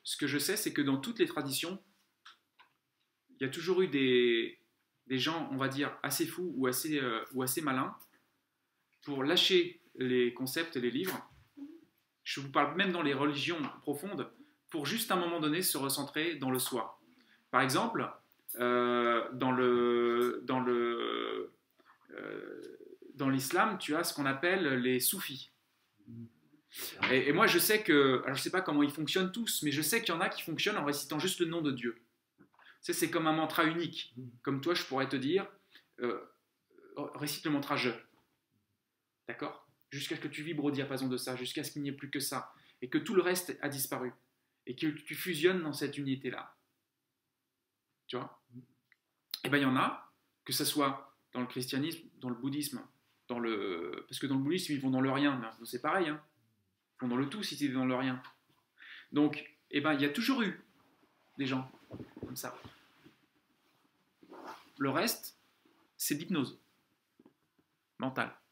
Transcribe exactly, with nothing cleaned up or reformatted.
ce que je sais, c'est que dans toutes les traditions, il y a toujours eu des, des gens, on va dire, assez fous ou assez, euh, ou assez malins pour lâcher les concepts et les livres. Je vous parle même dans les religions profondes, pour juste à un moment donné se recentrer dans le soi. Par exemple, euh, dans le, dans le, euh, dans l'islam, tu as ce qu'on appelle les soufis. Et, et moi, je sais que, alors je ne sais pas comment ils fonctionnent tous, mais je sais qu'il y en a qui fonctionnent en récitant juste le nom de Dieu. Tu sais, c'est comme un mantra unique. Comme toi, je pourrais te dire, euh, récite le mantra je. D'accord? Jusqu'à ce que tu vibres au diapason de ça, jusqu'à ce qu'il n'y ait plus que ça, et que tout le reste a disparu, et que tu fusionnes dans cette unité-là. Tu vois? Et bien, il y en a, que ce soit dans le christianisme, dans le bouddhisme, dans le... parce que dans le bouddhisme, ils vont dans le rien, c'est pareil, hein. Ils vont dans le tout si tu es dans le rien. Donc, eh ben, il y a toujours eu des gens comme ça. Le reste, c'est de l'hypnose mentale.